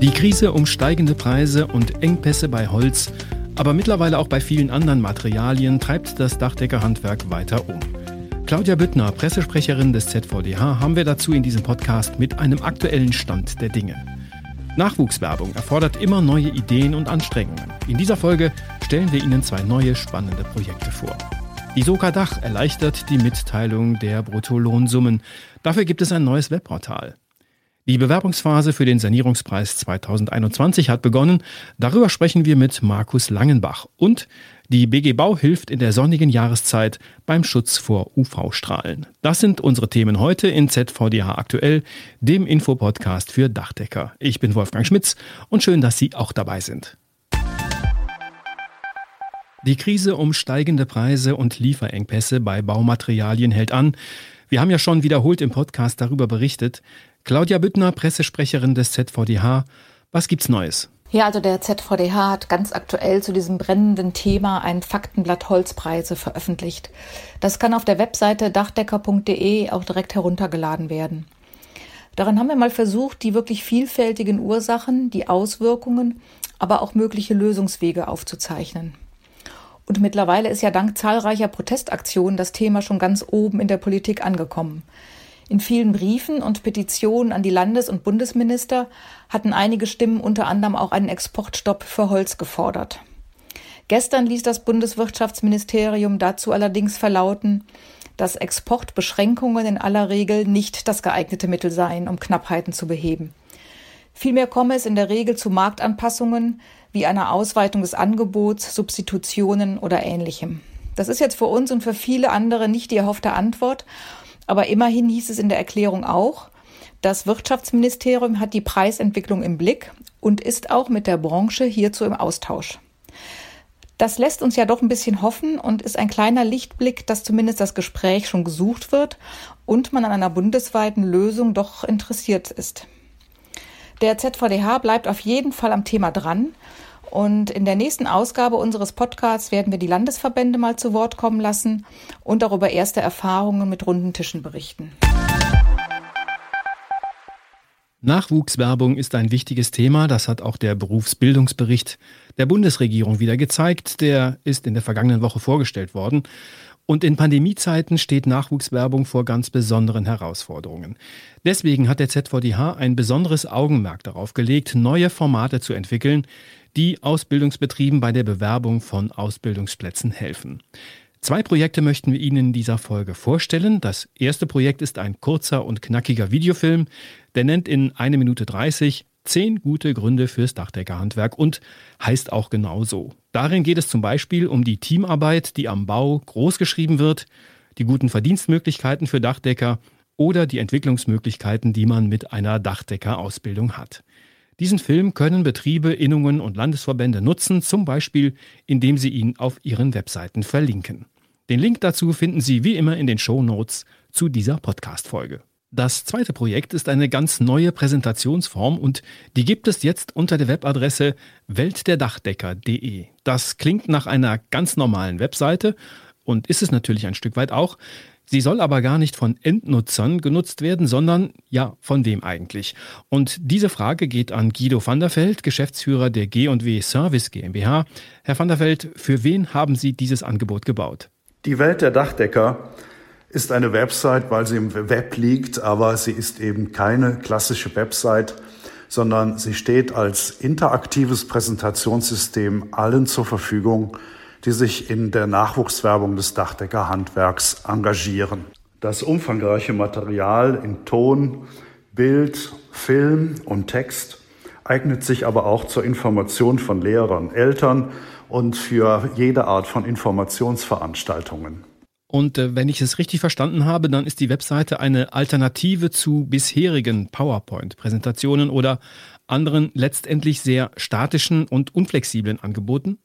Die Krise um steigende Preise und Engpässe bei Holz, aber mittlerweile auch bei vielen anderen Materialien, treibt das Dachdeckerhandwerk weiter um. Claudia Büttner, Pressesprecherin des ZVDH, haben wir dazu in diesem Podcast mit einem aktuellen Stand der Dinge. Nachwuchswerbung erfordert immer neue Ideen und Anstrengungen. In dieser Folge stellen wir Ihnen 2 neue spannende Projekte vor. Die Soka Dach erleichtert die Mitteilung der Bruttolohnsummen. Dafür gibt es ein neues Webportal. Die Bewerbungsphase für den Sanierungspreis 2021 hat begonnen. Darüber sprechen wir mit Markus Langenbach. Und die BG Bau hilft in der sonnigen Jahreszeit beim Schutz vor UV-Strahlen. Das sind unsere Themen heute in ZVDH aktuell, dem Infopodcast für Dachdecker. Ich bin Wolfgang Schmitz und schön, dass Sie auch dabei sind. Die Krise um steigende Preise und Lieferengpässe bei Baumaterialien hält an. Wir haben ja schon wiederholt im Podcast darüber berichtet. Claudia Büttner, Pressesprecherin des ZVDH. Was gibt's Neues? Ja, also der ZVDH hat ganz aktuell zu diesem brennenden Thema ein Faktenblatt Holzpreise veröffentlicht. Das kann auf der Webseite dachdecker.de auch direkt heruntergeladen werden. Darin haben wir mal versucht, die wirklich vielfältigen Ursachen, die Auswirkungen, aber auch mögliche Lösungswege aufzuzeichnen. Und mittlerweile ist ja dank zahlreicher Protestaktionen das Thema schon ganz oben in der Politik angekommen. In vielen Briefen und Petitionen an die Landes- und Bundesminister hatten einige Stimmen unter anderem auch einen Exportstopp für Holz gefordert. Gestern ließ das Bundeswirtschaftsministerium dazu allerdings verlauten, dass Exportbeschränkungen in aller Regel nicht das geeignete Mittel seien, um Knappheiten zu beheben. Vielmehr komme es in der Regel zu Marktanpassungen wie einer Ausweitung des Angebots, Substitutionen oder Ähnlichem. Das ist jetzt für uns und für viele andere nicht die erhoffte Antwort. Aber immerhin hieß es in der Erklärung auch, das Wirtschaftsministerium hat die Preisentwicklung im Blick und ist auch mit der Branche hierzu im Austausch. Das lässt uns ja doch ein bisschen hoffen und ist ein kleiner Lichtblick, dass zumindest das Gespräch schon gesucht wird und man an einer bundesweiten Lösung doch interessiert ist. Der ZVDH bleibt auf jeden Fall am Thema dran. Und in der nächsten Ausgabe unseres Podcasts werden wir die Landesverbände mal zu Wort kommen lassen und darüber erste Erfahrungen mit runden Tischen berichten. Nachwuchswerbung ist ein wichtiges Thema. Das hat auch der Berufsbildungsbericht der Bundesregierung wieder gezeigt. Der ist in der vergangenen Woche vorgestellt worden. Und in Pandemiezeiten steht Nachwuchswerbung vor ganz besonderen Herausforderungen. Deswegen hat der ZVDH ein besonderes Augenmerk darauf gelegt, neue Formate zu entwickeln, die Ausbildungsbetrieben bei der Bewerbung von Ausbildungsplätzen helfen. 2 Projekte möchten wir Ihnen in dieser Folge vorstellen. Das erste Projekt ist ein kurzer und knackiger Videofilm. Der nennt in 1 Minute 30 10 gute Gründe fürs Dachdeckerhandwerk und heißt auch genau so. Darin geht es zum Beispiel um die Teamarbeit, die am Bau großgeschrieben wird, die guten Verdienstmöglichkeiten für Dachdecker oder die Entwicklungsmöglichkeiten, die man mit einer Dachdeckerausbildung hat. Diesen Film können Betriebe, Innungen und Landesverbände nutzen, zum Beispiel indem sie ihn auf ihren Webseiten verlinken. Den Link dazu finden Sie wie immer in den Shownotes zu dieser Podcast-Folge. Das zweite Projekt ist eine ganz neue Präsentationsform und die gibt es jetzt unter der Webadresse weltderdachdecker.de. Das klingt nach einer ganz normalen Webseite und ist es natürlich ein Stück weit auch. Sie soll aber gar nicht von Endnutzern genutzt werden, sondern ja, von wem eigentlich? Und diese Frage geht an Guido van der Veld, Geschäftsführer der G&W Service GmbH. Herr van der Veld, für wen haben Sie dieses Angebot gebaut? Die Welt der Dachdecker ist eine Website, weil sie im Web liegt, aber sie ist eben keine klassische Website, sondern sie steht als interaktives Präsentationssystem allen zur Verfügung, die sich in der Nachwuchswerbung des Dachdeckerhandwerks engagieren. Das umfangreiche Material in Ton, Bild, Film und Text eignet sich aber auch zur Information von Lehrern, Eltern und für jede Art von Informationsveranstaltungen. Und wenn ich es richtig verstanden habe, dann ist die Webseite eine Alternative zu bisherigen PowerPoint-Präsentationen oder anderen letztendlich sehr statischen und unflexiblen Angeboten?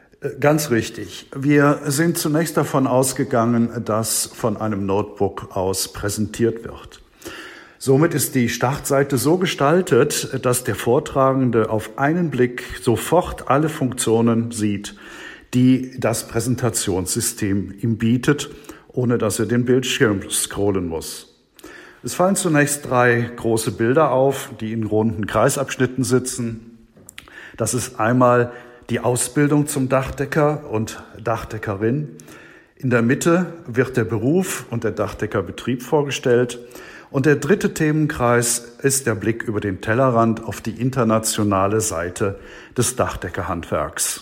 Ganz richtig. Wir sind zunächst davon ausgegangen, dass von einem Notebook aus präsentiert wird. Somit ist die Startseite so gestaltet, dass der Vortragende auf einen Blick sofort alle Funktionen sieht, die das Präsentationssystem ihm bietet, ohne dass er den Bildschirm scrollen muss. Es fallen zunächst 3 große Bilder auf, die in runden Kreisabschnitten sitzen. Das ist einmal die Ausbildung zum Dachdecker und Dachdeckerin. In der Mitte wird der Beruf und der Dachdeckerbetrieb vorgestellt. Und der 3. Themenkreis ist der Blick über den Tellerrand auf die internationale Seite des Dachdeckerhandwerks.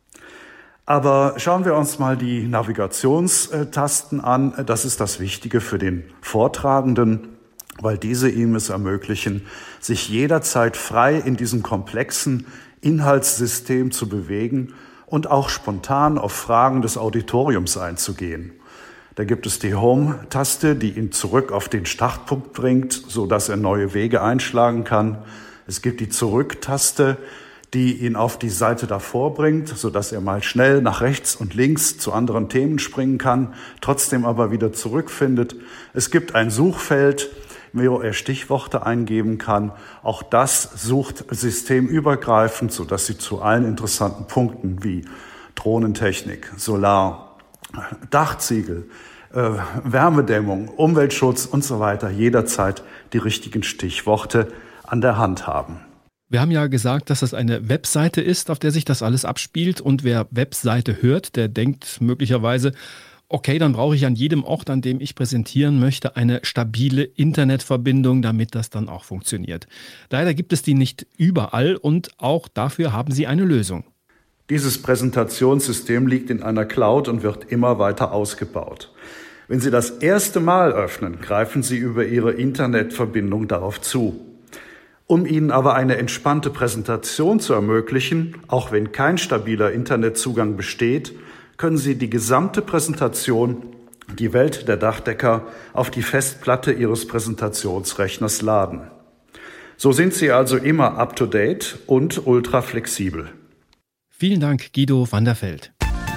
Aber schauen wir uns mal die Navigationstasten an. Das ist das Wichtige für den Vortragenden, weil diese ihm es ermöglichen, sich jederzeit frei in diesem komplexen Inhaltssystem zu bewegen und auch spontan auf Fragen des Auditoriums einzugehen. Da gibt es die Home-Taste, die ihn zurück auf den Startpunkt bringt, sodass er neue Wege einschlagen kann. Es gibt die Zurück-Taste, die ihn auf die Seite davor bringt, sodass er mal schnell nach rechts und links zu anderen Themen springen kann, trotzdem aber wieder zurückfindet. Es gibt ein Suchfeld, wo er Stichworte eingeben kann. Auch das sucht systemübergreifend, sodass Sie zu allen interessanten Punkten wie Drohnentechnik, Solar, Dachziegel, Wärmedämmung, Umweltschutz und so weiter jederzeit die richtigen Stichworte an der Hand haben. Wir haben ja gesagt, dass das eine Webseite ist, auf der sich das alles abspielt. Und wer Webseite hört, der denkt möglicherweise, okay, dann brauche ich an jedem Ort, an dem ich präsentieren möchte, eine stabile Internetverbindung, damit das dann auch funktioniert. Leider gibt es die nicht überall und auch dafür haben Sie eine Lösung. Dieses Präsentationssystem liegt in einer Cloud und wird immer weiter ausgebaut. Wenn Sie das erste Mal öffnen, greifen Sie über Ihre Internetverbindung darauf zu. Um Ihnen aber eine entspannte Präsentation zu ermöglichen, auch wenn kein stabiler Internetzugang besteht, können Sie die gesamte Präsentation, die Welt der Dachdecker, auf die Festplatte Ihres Präsentationsrechners laden. So sind Sie also immer up-to-date und ultra flexibel. Vielen Dank, Guido van der Veld.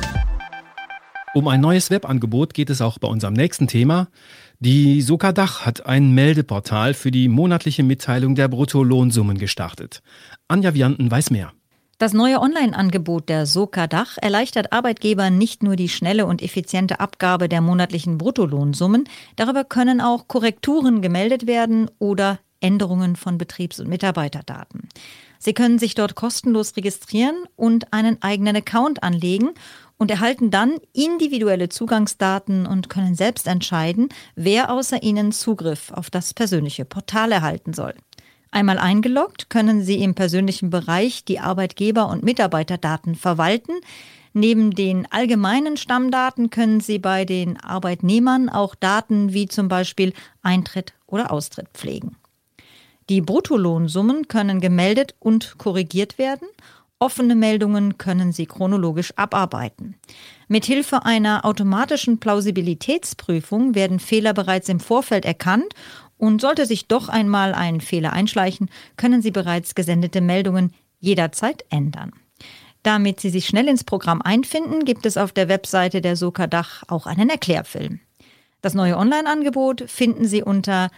Um ein neues Webangebot geht es auch bei unserem nächsten Thema. Die Soka Dach hat ein Meldeportal für die monatliche Mitteilung der Bruttolohnsummen gestartet. Anja Vianten weiß mehr. Das neue Online-Angebot der Soka Dach erleichtert Arbeitgebern nicht nur die schnelle und effiziente Abgabe der monatlichen Bruttolohnsummen, darüber können auch Korrekturen gemeldet werden oder Änderungen von Betriebs- und Mitarbeiterdaten. Sie können sich dort kostenlos registrieren und einen eigenen Account anlegen und erhalten dann individuelle Zugangsdaten und können selbst entscheiden, wer außer Ihnen Zugriff auf das persönliche Portal erhalten soll. Einmal eingeloggt können Sie im persönlichen Bereich die Arbeitgeber- und Mitarbeiterdaten verwalten. Neben den allgemeinen Stammdaten können Sie bei den Arbeitnehmern auch Daten wie zum Beispiel Eintritt oder Austritt pflegen. Die Bruttolohnsummen können gemeldet und korrigiert werden. Offene Meldungen können Sie chronologisch abarbeiten. Mithilfe einer automatischen Plausibilitätsprüfung werden Fehler bereits im Vorfeld erkannt und sollte sich doch einmal ein Fehler einschleichen, können Sie bereits gesendete Meldungen jederzeit ändern. Damit Sie sich schnell ins Programm einfinden, gibt es auf der Webseite der Soka Dach auch einen Erklärfilm. Das neue Online-Angebot finden Sie unter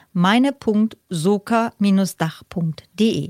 meine.soka-dach.de.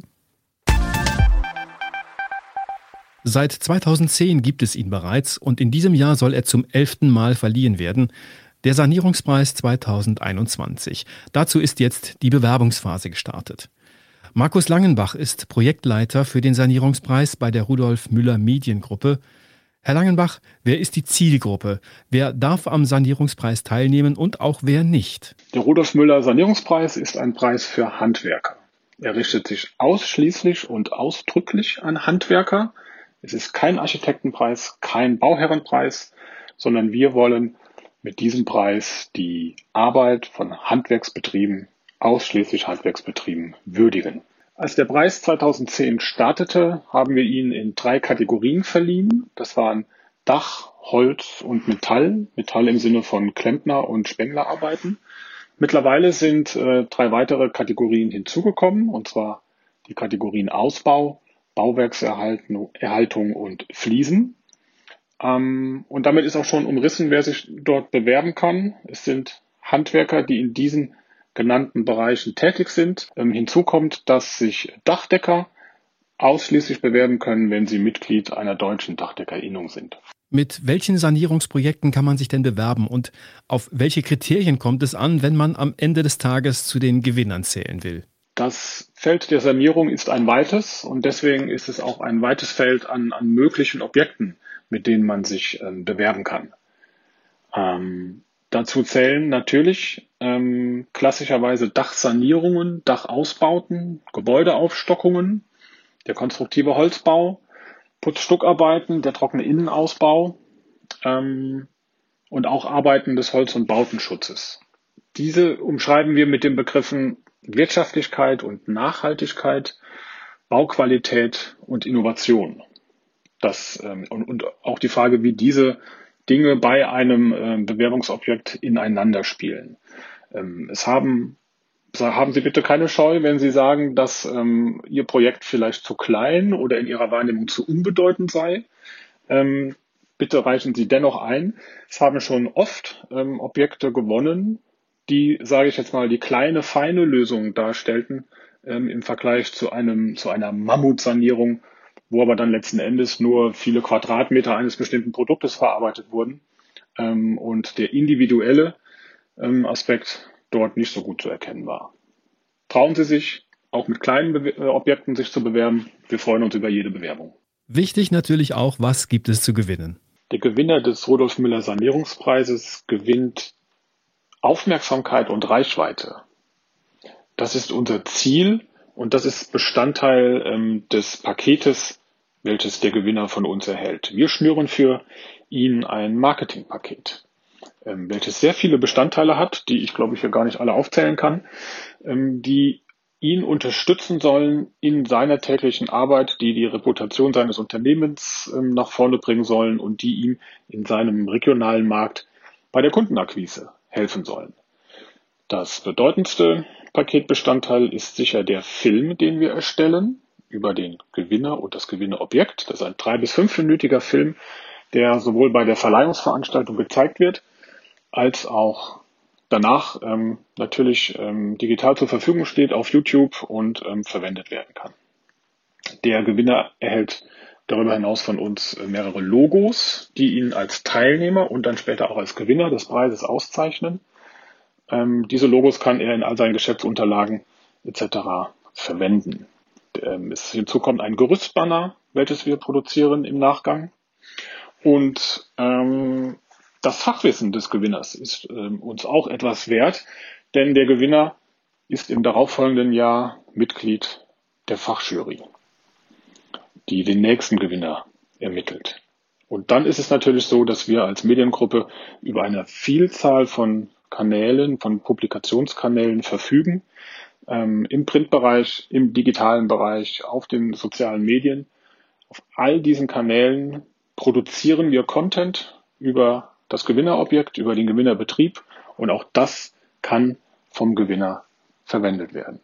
Seit 2010 gibt es ihn bereits und in diesem Jahr soll er zum 11. Mal verliehen werden. Der Sanierungspreis 2021. Dazu ist jetzt die Bewerbungsphase gestartet. Markus Langenbach ist Projektleiter für den Sanierungspreis bei der Rudolf Müller Mediengruppe. Herr Langenbach, wer ist die Zielgruppe? Wer darf am Sanierungspreis teilnehmen und auch wer nicht? Der Rudolf Müller Sanierungspreis ist ein Preis für Handwerker. Er richtet sich ausschließlich und ausdrücklich an Handwerker. Es ist kein Architektenpreis, kein Bauherrenpreis, sondern wir wollen mit diesem Preis die Arbeit von Handwerksbetrieben, ausschließlich Handwerksbetrieben, würdigen. Als der Preis 2010 startete, haben wir ihn in 3 Kategorien verliehen. Das waren Dach, Holz und Metall. Metall im Sinne von Klempner- und Spenglerarbeiten. Mittlerweile sind 3 weitere Kategorien hinzugekommen, und zwar die Kategorien Ausbau, Bauwerkserhaltung und Fliesen. Und damit ist auch schon umrissen, wer sich dort bewerben kann. Es sind Handwerker, die in diesen genannten Bereichen tätig sind. Hinzu kommt, dass sich Dachdecker ausschließlich bewerben können, wenn sie Mitglied einer deutschen Dachdeckerinnung sind. Mit welchen Sanierungsprojekten kann man sich denn bewerben und auf welche Kriterien kommt es an, wenn man am Ende des Tages zu den Gewinnern zählen will? Das Feld der Sanierung ist ein weites und deswegen ist es auch ein weites Feld an möglichen Objekten, mit denen man sich bewerben kann. Dazu zählen natürlich klassischerweise Dachsanierungen, Dachausbauten, Gebäudeaufstockungen, der konstruktive Holzbau, Putzstuckarbeiten, der trockene Innenausbau und auch Arbeiten des Holz- und Bautenschutzes. Diese umschreiben wir mit den Begriffen Wirtschaftlichkeit und Nachhaltigkeit, Bauqualität und Innovation. Und auch die Frage, wie diese Dinge bei einem Bewerbungsobjekt ineinander spielen. Haben Sie bitte keine Scheu, wenn Sie sagen, dass Ihr Projekt vielleicht zu klein oder in Ihrer Wahrnehmung zu unbedeutend sei. Bitte reichen Sie dennoch ein. Es haben schon oft Objekte gewonnen, die, sage ich jetzt mal, die kleine, feine Lösung darstellten im Vergleich zu einer Mammutsanierung, wo aber dann letzten Endes nur viele Quadratmeter eines bestimmten Produktes verarbeitet wurden und der individuelle Aspekt dort nicht so gut zu erkennen war. Trauen Sie sich, auch mit kleinen Objekten sich zu bewerben. Wir freuen uns über jede Bewerbung. Wichtig natürlich auch, was gibt es zu gewinnen? Der Gewinner des Rudolf Müller Sanierungspreises gewinnt Aufmerksamkeit und Reichweite. Das ist unser Ziel und das ist Bestandteil des Paketes, welches der Gewinner von uns erhält. Wir schnüren für ihn ein Marketingpaket, welches sehr viele Bestandteile hat, die ich glaube ich hier gar nicht alle aufzählen kann, die ihn unterstützen sollen in seiner täglichen Arbeit, die die Reputation seines Unternehmens nach vorne bringen sollen und die ihm in seinem regionalen Markt bei der Kundenakquise helfen sollen. Das bedeutendste Paketbestandteil ist sicher der Film, den wir erstellen über den Gewinner und das Gewinnerobjekt. Das ist ein 3- bis 5-minütiger Film, der sowohl bei der Verleihungsveranstaltung gezeigt wird, als auch danach natürlich digital zur Verfügung steht auf YouTube und verwendet werden kann. Der Gewinner erhält darüber hinaus von uns mehrere Logos, die ihn als Teilnehmer und dann später auch als Gewinner des Preises auszeichnen. Diese Logos kann er in all seinen Geschäftsunterlagen etc. verwenden. Hinzu kommt ein Gerüstbanner, welches wir produzieren im Nachgang. Und das Fachwissen des Gewinners ist uns auch etwas wert, denn der Gewinner ist im darauffolgenden Jahr Mitglied der Fachjury, die den nächsten Gewinner ermittelt. Und dann ist es natürlich so, dass wir als Mediengruppe über eine Vielzahl von Kanälen, von Publikationskanälen verfügen, im Printbereich, im digitalen Bereich, auf den sozialen Medien. Auf all diesen Kanälen produzieren wir Content über das Gewinnerobjekt, über den Gewinnerbetrieb und auch das kann vom Gewinner verwendet werden.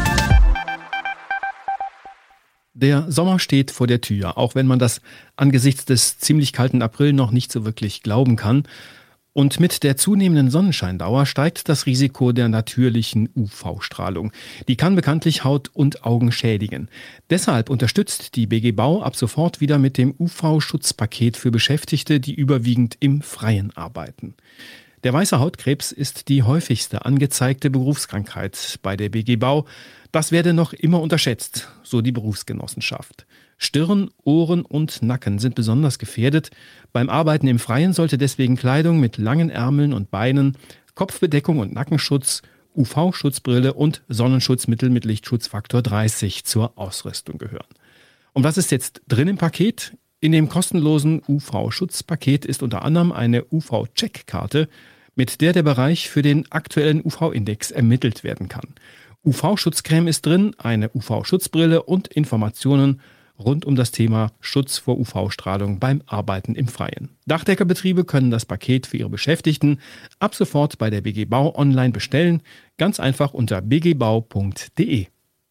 Der Sommer steht vor der Tür, auch wenn man das angesichts des ziemlich kalten April noch nicht so wirklich glauben kann. Und mit der zunehmenden Sonnenscheindauer steigt das Risiko der natürlichen UV-Strahlung. Die kann bekanntlich Haut und Augen schädigen. Deshalb unterstützt die BG Bau ab sofort wieder mit dem UV-Schutzpaket für Beschäftigte, die überwiegend im Freien arbeiten. Der weiße Hautkrebs ist die häufigste angezeigte Berufskrankheit bei der BG Bau. Das werde noch immer unterschätzt, so die Berufsgenossenschaft. Stirn, Ohren und Nacken sind besonders gefährdet. Beim Arbeiten im Freien sollte deswegen Kleidung mit langen Ärmeln und Beinen, Kopfbedeckung und Nackenschutz, UV-Schutzbrille und Sonnenschutzmittel mit Lichtschutzfaktor 30 zur Ausrüstung gehören. Und was ist jetzt drin im Paket? In dem kostenlosen UV-Schutzpaket ist unter anderem eine UV-Checkkarte, mit der der Bereich für den aktuellen UV-Index ermittelt werden kann. UV-Schutzcreme ist drin, eine UV-Schutzbrille und Informationen rund um das Thema Schutz vor UV-Strahlung beim Arbeiten im Freien. Dachdeckerbetriebe können das Paket für ihre Beschäftigten ab sofort bei der BG Bau online bestellen, ganz einfach unter bgbau.de.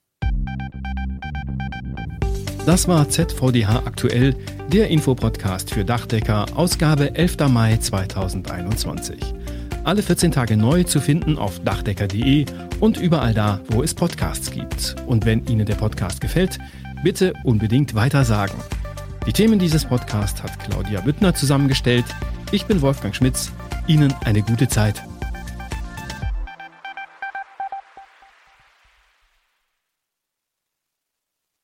Das war ZVDH aktuell, der Infopodcast für Dachdecker, Ausgabe 11. Mai 2021. Alle 14 Tage neu zu finden auf dachdecker.de und überall da, wo es Podcasts gibt. Und wenn Ihnen der Podcast gefällt, bitte unbedingt weitersagen. Die Themen dieses Podcasts hat Claudia Büttner zusammengestellt. Ich bin Wolfgang Schmitz. Ihnen eine gute Zeit.